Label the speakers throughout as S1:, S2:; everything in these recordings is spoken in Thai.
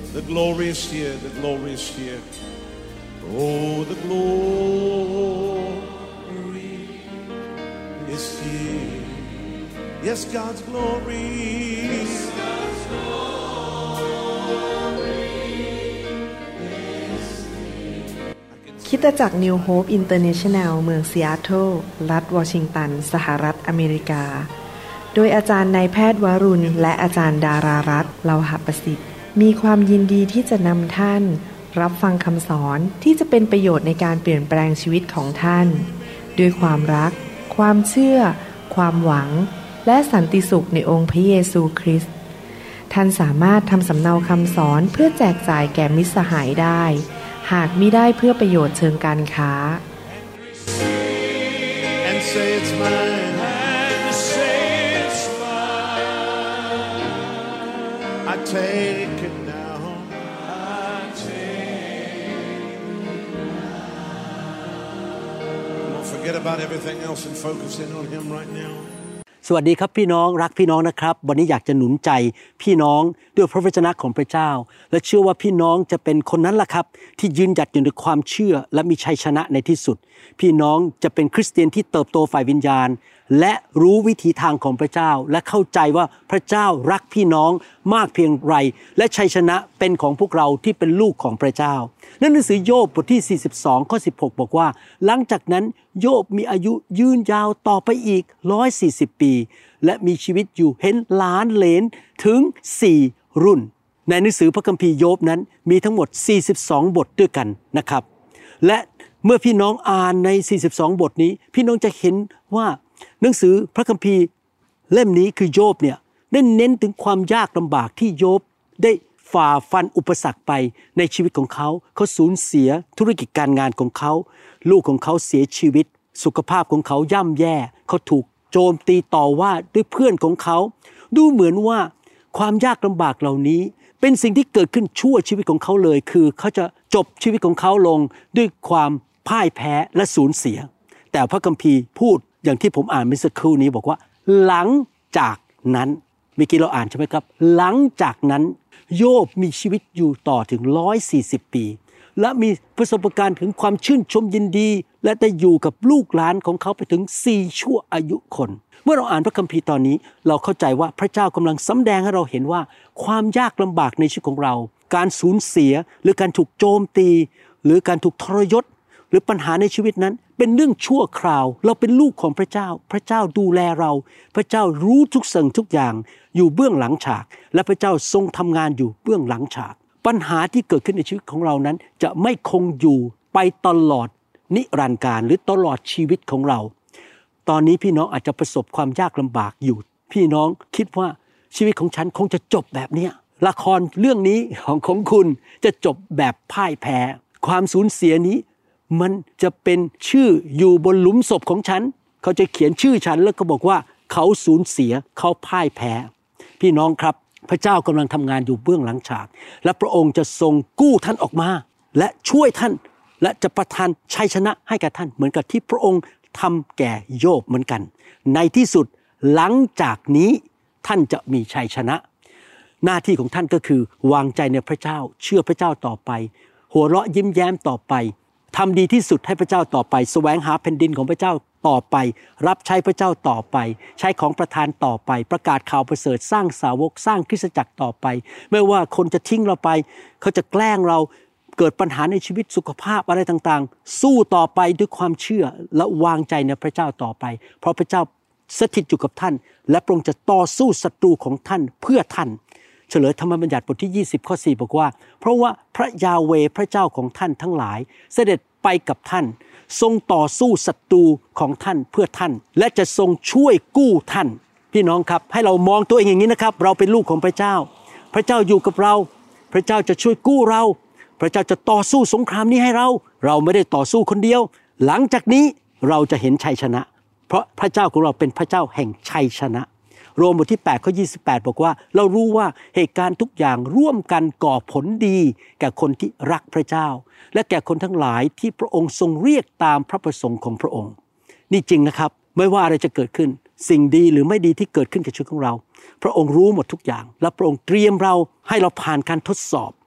S1: The glory is here. The glory is here. Oh, the glory is here. Yes, God's glory. Yes, God's glory is here.
S2: คริสตจักร New Hope International เมืองซีแอตเทิลรัฐวอชิงตันสหรัฐอเมริกาโดยอาจารย์นายแพทย์วรุณและอาจารย์ดารารัตน์เลาหประสิทธิ์มีความยินดีที่จะนำท่านรับฟังคำสอนที่จะเป็นประโยชน์ในการเปลี่ยนแปลงชีวิตของท่านด้วยความรักความเชื่อความหวังและสันติสุขในองค์พระเยซูคริสต์ท่านสามารถทำสำเนาคำสอนเพื่อแจกจ่ายแก่มิตรสหายได้หากมิได้เพื่อประโยชน์เชิงการค้า
S1: And say it's mine. And say it's mine. I take it now. I take it now. Don't forget about everything else and focus in on Him right now.
S3: สวัสดีครับพี่น้องรักพี่น้องนะครับวันนี้อยากจะหนุนใจพี่น้องด้วยพระวจนะของพระเจ้าและเชื่อว่าพี่น้องจะเป็นคนนั้นล่ะครับที่ยืนหยัดอยู่ในความเชื่อและมีชัยชนะในที่สุดพี่น้องจะเป็นคริสเตียนที่เติบโตฝ่ายวิญญาณและรู้วิถีทางของพระเจ้าและเข้าใจว่าพระเจ้ารักพี่น้องมากเพียงไรและชัยชนะเป็นของพวกเราที่เป็นลูกของพระเจ้าในหนังสือโยบบทที่42ข้อ16บอกว่าหลังจากนั้นโยบมีอายุยืนยาวต่อไปอีก140ปีและมีชีวิตอยู่เห็นหลานเหลนถึง4รุ่นในหนังสือพระคัมภีร์โยบนั้นมีทั้งหมด42บทด้วยกันนะครับและเมื่อพี่น้องอ่านใน42บทนี้พี่น้องจะเห็นว่าหนังสือพระคัมภีร์เล่มนี้คือโยบเนี่ยได้เน้นถึงความยากลำบากที่โยบได้ฝ่าฟันอุปสรรคไปในชีวิตของเขาสูญเสียธุรกิจการงานของเขาลูกของเขาเสียชีวิตสุขภาพของเขาย่ำแย่เขาถูกโจมตีต่อว่าด้วยเพื่อนของเขาดูเหมือนว่าความยากลำบากเหล่านี้เป็นสิ่งที่เกิดขึ้นชั่วชีวิตของเขาเลยคือเขาจะจบชีวิตของเขาลงด้วยความพ่ายแพ้และสูญเสียแต่พระคัมภีร์พูดอย่างที่ผมอ่านเมื่อสักครู่นี้บอกว่าหลังจากนั้นเมื่อกี้เราอ่านใช่ไหมครับหลังจากนั้นโยบมีชีวิตอยู่ต่อถึง140ปีและมีประสบการณ์ถึงความชื่นชมยินดีและได้อยู่กับลูกหลานของเขาไปถึง4ชั่วอายุคนเมื่อเราอ่านพระคัมภีร์ตอนนี้เราเข้าใจว่าพระเจ้ากำลังสำแดงให้เราเห็นว่าความยากลำบากในชีวิตของเราการสูญเสียหรือการถูกโจมตีหรือการถูกทรยศหรือปัญหาในชีวิตนั้นเป็นเรื่องชั่วคราวเราเป็นลูกของพระเจ้าพระเจ้าดูแลเราพระเจ้ารู้ทุกสิ่งทุกอย่างอยู่เบื้องหลังฉากและพระเจ้าทรงทำงานอยู่เบื้องหลังฉากปัญหาที่เกิดขึ้นในชีวิตของเรานั้นจะไม่คงอยู่ไปตลอดนิรันดร์กาลหรือตลอดชีวิตของเราตอนนี้พี่น้องอาจจะประสบความยากลำบากอยู่พี่น้องคิดว่าชีวิตของฉันคงจะจบแบบนี้ละครเรื่องนี้ของคุณจะจบแบบพ่ายแพ้ความสูญเสียนี้มันจะเป็นชื่ออยู่บนหลุมศพของฉันเขาจะเขียนชื่อฉันแล้วก็บอกว่าเขาสูญเสียเขาพ่ายแพ้พี่น้องครับพระเจ้ากำลังทำงานอยู่เบื้องหลังฉากและพระองค์จะทรงกู้ท่านออกมาและช่วยท่านและจะประทานชัยชนะให้กับท่านเหมือนกับที่พระองค์ทำแก่โยบเหมือนกันในที่สุดหลังจากนี้ท่านจะมีชัยชนะหน้าที่ของท่านก็คือวางใจในพระเจ้าเชื่อพระเจ้าต่อไปหัวเราะยิ้มแย้มต่อไปทำดีที่สุดให้พระเจ้าต่อไปแสวงหาแผ่นดินของพระเจ้าต่อไปรับใช้พระเจ้าต่อไปใช้ของประทานต่อไปประกาศข่าวประเสริฐสร้างสาวกสร้างคริสตจักรต่อไปไม่ว่าคนจะทิ้งเราไปเขาจะแกล้งเราเกิดปัญหาในชีวิตสุขภาพอะไรต่างๆสู้ต่อไปด้วยความเชื่อและวางใจในพระเจ้าต่อไปเพราะพระเจ้าสถิตอยู่กับท่านและพระองค์จะต่อสู้ศัตรูของท่านเพื่อท่านเฉลยธรรมบัญญัติบทที่20ข้อ4บอกว่าเพราะว่าพระยาเวห์พระเจ้าของท่านทั้งหลายเสด็จไปกับท่านทรงต่อสู้ศัตรูของท่านเพื่อท่านและจะทรงช่วยกู้ท่านพี่น้องครับให้เรามองตัวเองอย่างนี้นะครับเราเป็นลูกของพระเจ้าพระเจ้าอยู่กับเราพระเจ้าจะช่วยกู้เราพระเจ้าจะต่อสู้สงครามนี้ให้เราไม่ได้ต่อสู้คนเดียวหลังจากนี้เราจะเห็นชัยชนะเพราะพระเจ้าของเราเป็นพระเจ้าแห่งชัยชนะโรมบทที่8ข้อ28บอกว่าเรารู้ว่าเหตุการณ์ทุกอย่างร่วมกันก่อผลดีแก่คนที่รักพระเจ้าและแก่คนทั้งหลายที่พระองค์ทรงเรียกตามพระประสงค์ของพระองค์นี่จริงนะครับไม่ว่าอะไรจะเกิดขึ้นสิ่งดีหรือไม่ดีที่เกิดขึ้นกับชีวิตของเราพระองค์รู้หมดทุกอย่างและพระองค์เตรียมเราให้เราผ่านการทดสอบ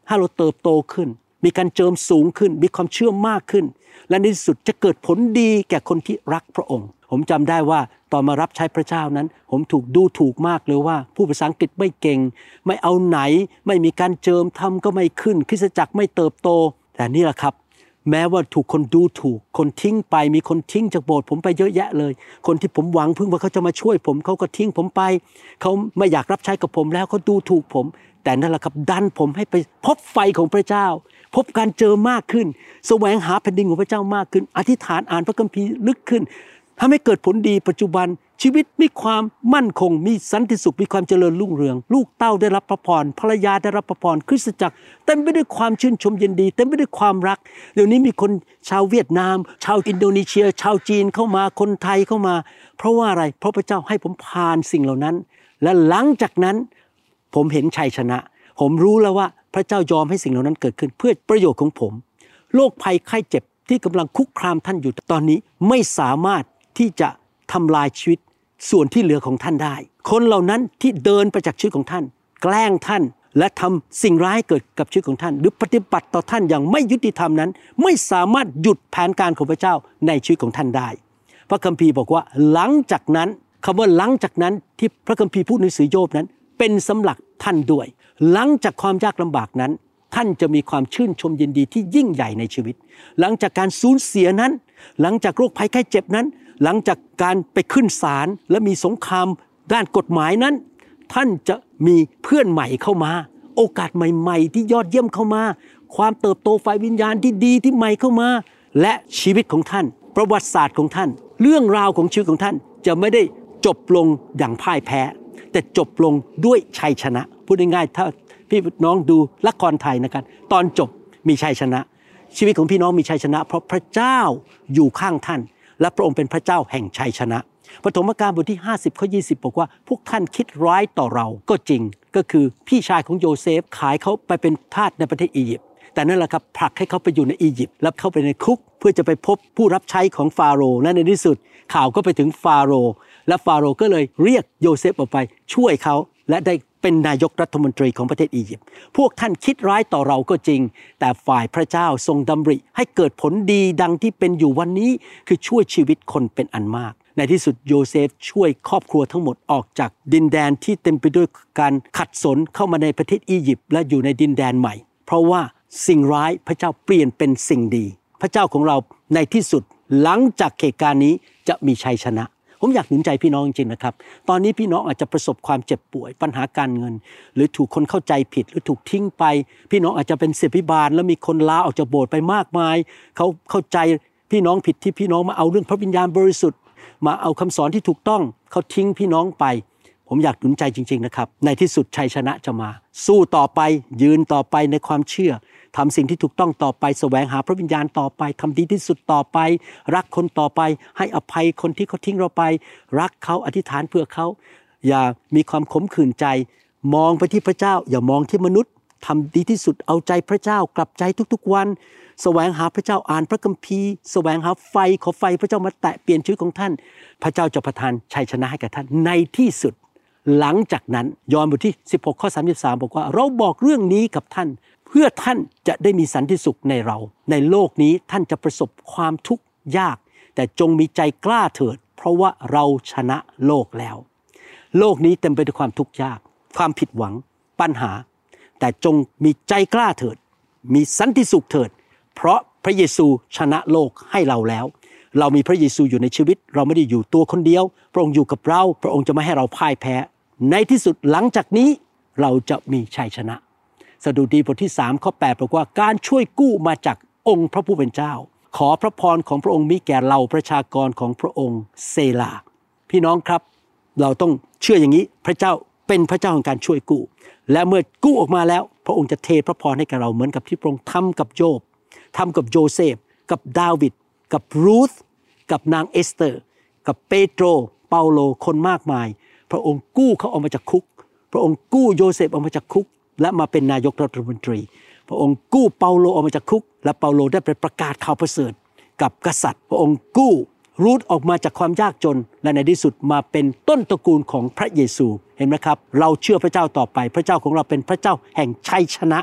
S3: ให้เราเติบโตขึ้นมีการเจิมสูงขึ้นมีความเชื่อมากขึ้นและในที่สุดจะเกิดผลดีแก่คนที่รักพระองค์ผมจำได้ว่าตอนมารับใช้พระเจ้านั้นผมถูกดูถูกมากเลยว่าผู้ภาษาอังกฤษไม่เก่งไม่เอาไหนไม่มีการเจิมทำก็ไม่ขึ้นคริสตจักรไม่เติบโตแต่นี่แหละครับแม้ว่าถูกคนดูถูกคนทิ้งไปมีคนทิ้งจากโบสถ์ผมไปเยอะแยะเลยคนที่ผมหวังพึ่งว่าเขาจะมาช่วยผมเขาก็ทิ้งผมไปเขาไม่อยากรับใช้กับผมแล้วเขาดูถูกผมแต่นั่นแหละครับดันผมให้ไปพบไฟของพระเจ้าพบการเจอมากขึ้นแสวงหาแผ่นดินของพระเจ้ามากขึ้นอธิษฐานอ่านพระคัมภีร์ลึกขึ้นทำให้เกิดผลดีปัจจุบันชีวิตมีความมั่นคงมีสันติสุขมีความเจริญรุ่งเรืองลูกเต้าได้รับพระพรภรรยาได้รับพระพรคริสตจักรเต็มไปด้วยความชื่นชมยินดีเต็มไปด้วยความรักเดี๋ยวนี้มีคนชาวเวียดนามชาวอินโดนีเซียชาวจีนเข้ามาคนไทยเข้ามาเพราะว่าอะไรเพราะพระเจ้าให้ผมผ่านสิ่งเหล่านั้นและหลังจากนั้นผมเห็นชัยชนะผมรู้แล้วว่าพระเจ้ายอมให้สิ่งเหล่านั้นเกิดขึ้นเพื่อประโยชน์ของผมโรคภัยไข้เจ็บที่กำลังคุกคามท่านอยู่ตอนนี้ไม่สามารถที่จะทำลายชีวิตส่วนที่เหลือของท่านได้คนเหล่านั้นที่เดินไปจากชีวิตของท่านแกล้งท่านและทำสิ่งร้ายเกิดกับชีวิตของท่านหรือปฏิบัติต่อท่านอย่างไม่ยุติธรรมนั้นไม่สามารถหยุดแผนการของพระเจ้าในชีวิตของท่านได้พระคัมภีร์บอกว่าหลังจากนั้นคำว่าหลังจากนั้นที่พระคัมภีร์พูดในหนังสือโยบนั้นเป็นสำหรับท่านด้วยหลังจากความยากลำบากนั้นท่านจะมีความชื่นชมยินดีที่ยิ่งใหญ่ในชีวิตหลังจากการสูญเสียนั้นหลังจากโรคภัยไข้เจ็บนั้นหลังจากการไปขึ้นศาลและมีสงครามด้านกฎหมายนั้นท่านจะมีเพื่อนใหม่เข้ามาโอกาสใหม่ๆที่ยอดเยี่ยมเข้ามาความเติบโตฝ่ายวิญญาณที่ดีที่ใหม่เข้ามาและชีวิตของท่านประวัติศาสตร์ของท่านเรื่องราวของชีวิตของท่านจะไม่ได้จบลงอย่างพ่ายแพ้แต่จบลงด้วยชัยชนะพูดง่ายๆถ้าพี่น้องดูละครไทยนะครับตอนจบมีชัยชนะชีวิตของพี่น้องมีชัยชนะเพราะพระเจ้าอยู่ข้างท่านและพระองค์เป็นพระเจ้าแห่งชัยชนะปฐมกาลบทที่50ข้อ20บอกว่าพวกท่านคิดร้ายต่อเราก็จริงก็คือพี่ชายของโยเซฟขายเขาไปเป็นทาสในประเทศอียิปต์แต่นั่นแหละครับผลักให้เขาไปอยู่ในอียิปต์แล้วเข้าไปในคุกเพื่อจะไปพบผู้รับใช้ของฟาโรห์และในที่สุดข่าวก็ไปถึงฟาโรห์และฟาโรห์ก็เลยเรียกโยเซฟออกไปช่วยเขาและได้เป็นนายกรัฐมนตรีของประเทศอียิปต์พวกท่านคิดร้ายต่อเราก็จริงแต่ฝ่ายพระเจ้าทรงดำริให้เกิดผลดีดังที่เป็นอยู่วันนี้คือช่วยชีวิตคนเป็นอันมากในที่สุดโยเซฟช่วยครอบครัวทั้งหมดออกจากดินแดนที่เต็มไปด้วยการขัดสนเข้ามาในประเทศอียิปต์และอยู่ในดินแดนใหม่เพราะว่าสิ่งร้ายพระเจ้าเปลี่ยนเป็นสิ่งดีพระเจ้าของเราในที่สุดหลังจากเหตุการณ์นี้จะมีชัยชนะผมอยากหนุนใจพี่น้องจริงๆนะครับตอนนี้พี่น้องอาจจะประสบความเจ็บป่วยปัญหาการเงินหรือถูกคนเข้าใจผิดหรือถูกทิ้งไปพี่น้องอาจจะเป็นศิษยาภิบาลแล้วมีคนลาออกจากโบสถ์ไปมากมายเขาเข้าใจพี่น้องผิดที่พี่น้องมาเอาเรื่องพระวิญญาณบริสุทธิ์มาเอาคำสอนที่ถูกต้องเขาทิ้งพี่น้องไปผมอยากหนุนใจจริงๆนะครับในที่สุดชัยชนะจะมาสู้ต่อไปยืนต่อไปในความเชื่อทำสิ่งที่ถูกต้องต่อไปแสวงหาพระวิญญาณต่อไปทำดีที่สุดต่อไปรักคนต่อไปให้อภัยคนที่เขาทิ้งเราไปรักเขาอธิษฐานเพื่อเขาอย่ามีความขมขื่นใจมองไปที่พระเจ้าอย่ามองที่มนุษย์ทำดีที่สุดเอาใจพระเจ้ากลับใจทุกๆวันแสวงหาพระเจ้าอ่านพระคัมภีร์แสวงหาไฟขอไฟพระเจ้ามาแตะเปลี่ยนชีวิตของท่านพระเจ้าจะประทานชัยชนะให้กับท่านในที่สุดหลังจากนั้นยอห์นบทที่16ข้อ33บอกว่าเราบอกเรื่องนี้กับท่านเพื่อท่านจะได้มีสันติสุขในเราในโลกนี้ท่านจะประสบความทุกข์ยากแต่จงมีใจกล้าเถิดเพราะว่าเราชนะโลกแล้วโลกนี้เต็มไปด้วยความทุกข์ยากความผิดหวังปัญหาแต่จงมีใจกล้าเถิดมีสันติสุขเถิดเพราะพระเยซูชนะโลกให้เราแล้วเรามีพระเยซูอยู่ในชีวิตเราไม่ได้อยู่ตัวคนเดียวพระองค์อยู่กับเราพระองค์จะไม่ให้เราพ่ายแพ้ในที่สุดหลังจากนี้เราจะมีชัยชนะสดุดีบทที่3ข้อ8บอกว่าการช่วยกู้มาจากองค์พระผู้เป็นเจ้าขอพระพรของพระองค์มีแก่เราประชากรของพระองค์เซลาพี่น้องครับเราต้องเชื่ออย่างนี้พระเจ้าเป็นพระเจ้าของการช่วยกู้และเมื่อกู้ออกมาแล้วพระองค์จะเทพระพรให้กับเราเหมือนกับที่พระองค์ทำกับโยบทำกับโยเซฟกับดาวิดกับรูธกับนางเอสเตอร์กับเปโตรเปาโลคนมากมายพระองค์กู้เขาออกมาจากคุกพระองค์กู้โยเซฟออกมาจากคุกและมาเป็นนายกรัฐมนตรีพระองค์กู้เปาโลออกมาจากคุกและเปาโลได้ไปประกาศข่าวประเสริฐกับกษัตริย์พระองค์กู้รูธออกมาจากความยากจนและในที่สุดมาเป็นต้นตระกูลของพระเยซูเห็นไหมครับเราเชื่อพระเจ้าต่อไปพระเจ้าของเราเป็นพระเจ้าแห่งชัยชนะ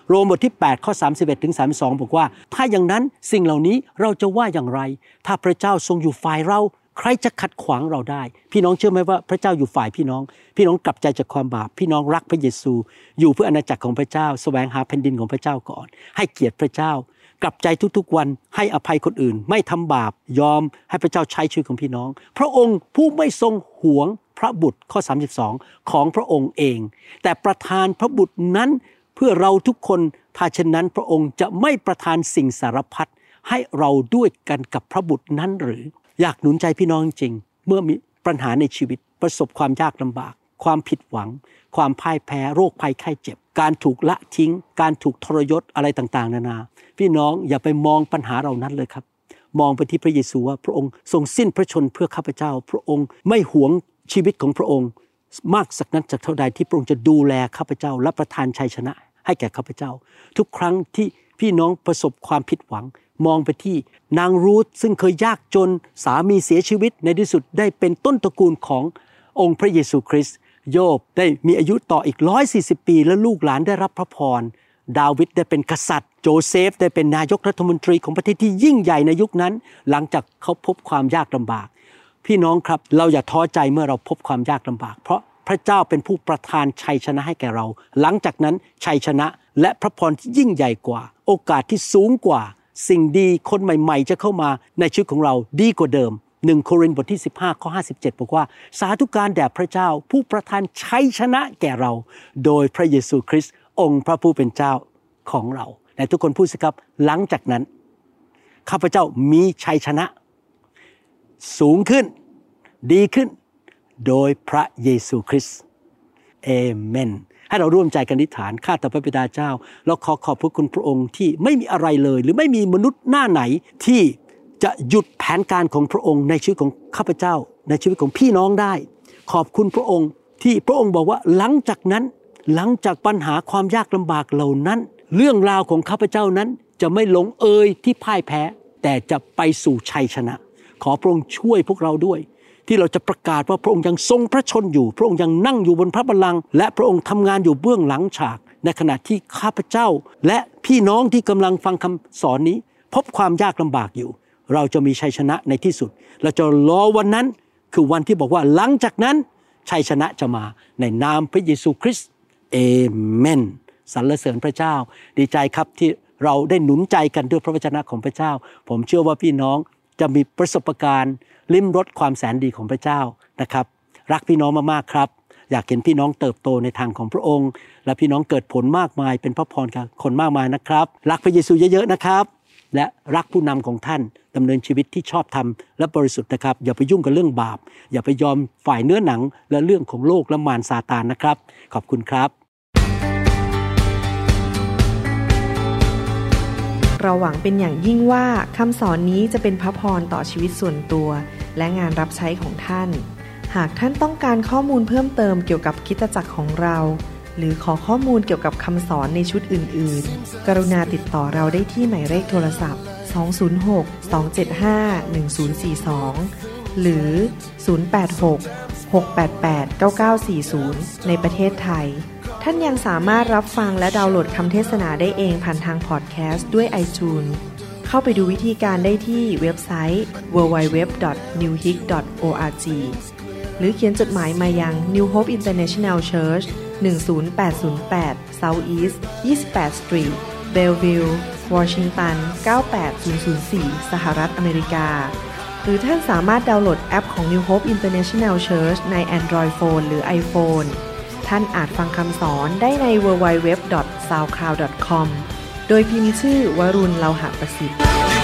S3: โรมบทที่8ข้อ31ถึง32บอกว่าถ้าอย่างนั้นสิ่งเหล่านี้เราจะว่าอย่างไรถ้าพระเจ้าทรงอยู่ฝ่ายเราใครจะขัดขวางเราได้พี่น้องเชื่อไหมว่าพระเจ้าอยู่ฝ่ายพี่น้องกลับใจจากความบาปพี่น้องรักพระเยซูอยู่เพื่ออาณาจักรของพระเจ้าแสวงหาแผ่นดินของพระเจ้าก่อนให้เกียรติพระเจ้ากลับใจทุกๆวันให้อภัยคนอื่นไม่ทำบาปยอมให้พระเจ้าใช้ชีวิตของพี่น้องพระองค์ผู้ไม่ทรงหวงพระบุตรข้อ32ของพระองค์เองแต่ประทานพระบุตรนั้นเพื่อเราทุกคนถ้าเช่นนั้นพระองค์จะไม่ประทานสิ่งสารพัดให้เราด้วยกันกับพระบุตรนั้นหรืออยากหนุนใจพี่น้องจริงเมื่อมีปัญหาในชีวิตประสบความยากลำบากความผิดหวังความพ่ายแพ้โรคภัยไข้เจ็บการถูกละทิ้งการถูกทรยศอะไรต่างๆนานาพี่น้องอย่าไปมองปัญหาเหล่านั้นเลยครับมองไปที่พระเยซูว่าพระองค์ทรงสิ้นพระชนเพื่อข้าพเจ้าพระองค์ไม่หวงชีวิตของพระองค์มากสักนั้นจากเท่าใดที่พระองค์จะดูแลข้าพเจ้าและประทานชัยชนะให้แก่ข้าพเจ้าทุกครั้งที่พี่น้องประสบความผิดหวังมองไปที่นางรูธซึ่งเคยยากจนสามีเสียชีวิตในที่สุดได้เป็นต้นตระกูลขององค์พระเยซูคริสต์โยบได้มีอายุต่ออีก140ปีและลูกหลานได้รับพระพรดาวิดได้เป็นกษัตริย์โจเซฟได้เป็นนายกรัฐมนตรีของประเทศที่ยิ่งใหญ่ในยุคนั้นหลังจากเขาพบความยากลำบากพี่น้องครับเราอย่าท้อใจเมื่อเราพบความยากลำบากเพราะพระเจ้าเป็นผู้ประทานชัยชนะให้แก่เราหลังจากนั้นชัยชนะและพระพรที่ยิ่งใหญ่กว่าโอกาสที่สูงกว่าสิ่งดีคนใหม่ๆจะเข้ามาในชีวิตของเราดีกว่าเดิม1โครินธ์บทที่15ข้อ57บอกว่าสาธุการแด่พระเจ้าผู้ประทานชัยชนะแก่เราโดยพระเยซูคริสต์องค์พระผู้เป็นเจ้าของเราและทุกคนพูดสิครับหลังจากนั้นข้าพเจ้ามีชัยชนะสูงขึ้นดีขึ้นโดยพระเยซูคริสต์เอเมนให้เราร่วมใจกันอธิษฐานข้าแต่พระบิดาเจ้าเราขอบพระคุณพระองค์ที่ไม่มีอะไรเลยหรือไม่มีมนุษย์หน้าไหนที่จะหยุดแผนการของพระองค์ในชีวิตของข้าพเจ้าในชีวิตของพี่น้องได้ขอบคุณพระองค์ที่พระองค์บอกว่าหลังจากปัญหาความยากลำบากเหล่านั้นเรื่องราวของข้าพเจ้านั้นจะไม่ลงเอยที่พ่ายแพ้แต่จะไปสู่ชัยชนะขอพระองค์ช่วยพวกเราด้วยที่เราจะประกาศว่าพระองค์ยังทรงพระชนอยู่พระองค์ยังนั่งอยู่บนพระบัลลังก์และพระองค์ทำงานอยู่เบื้องหลังฉากในขณะที่ข้าพเจ้าและพี่น้องที่กำลังฟังคำสอนนี้พบความยากลำบากอยู่เราจะมีชัยชนะในที่สุดเราจะรอวันนั้นคือวันที่บอกว่าหลังจากนั้นชัยชนะจะมาในนามพระเยซูคริสต์เอเมนสรรเสริญพระเจ้าดีใจครับที่เราได้หนุนใจกันด้วยพระวจนะของพระเจ้าผมเชื่อว่าพี่น้องจะมีประสบการณ์ลิ้มรสความแสนดีของพระเจ้านะครับรักพี่น้องมากๆครับอยากเห็นพี่น้องเติบโตในทางของพระองค์และพี่น้องเกิดผลมากมายเป็นพระพรกับคนมากมายนะครับรักพระเยซูเยอะๆนะครับและรักผู้นำของท่านดำเนินชีวิตที่ชอบธรรมและบริสุทธิ์นะครับอย่าไปยุ่งกับเรื่องบาปอย่าไปยอมฝ่ายเนื้อหนังและเรื่องของโลกและมารซาตานนะครับขอบคุณครับ
S2: เราหวังเป็นอย่างยิ่งว่าคำสอนนี้จะเป็นพระพรต่อชีวิตส่วนตัวและงานรับใช้ของท่านหากท่านต้องการข้อมูลเพิ่มเติมเกี่ยวกับคริสตจักรของเราหรือขอข้อมูลเกี่ยวกับคำสอนในชุดอื่นๆกรุณาติดต่อเราได้ที่หมายเลขโทรศัพท์206-275-1042หรือ086-688-9940ในประเทศไทยท่านยังสามารถรับฟังและดาวน์โหลดคำเทศนาได้เองผ่านทางพอดแคสต์ด้วย iTunes เข้าไปดูวิธีการได้ที่เว็บไซต์ www.newhope.org หรือเขียนจดหมายมายัง New Hope International Church 10808 South East 28 Street Bellevue Washington 98004 สหรัฐอเมริกาหรือท่านสามารถดาวน์โหลดแอปของ New Hope International Church ใน Android Phone หรือ iPhone ท่านอาจฟังคำสอนได้ใน www.soundcloud.com โดยพิมพ์ชื่อวรุณ เลาหะประสิทธิ์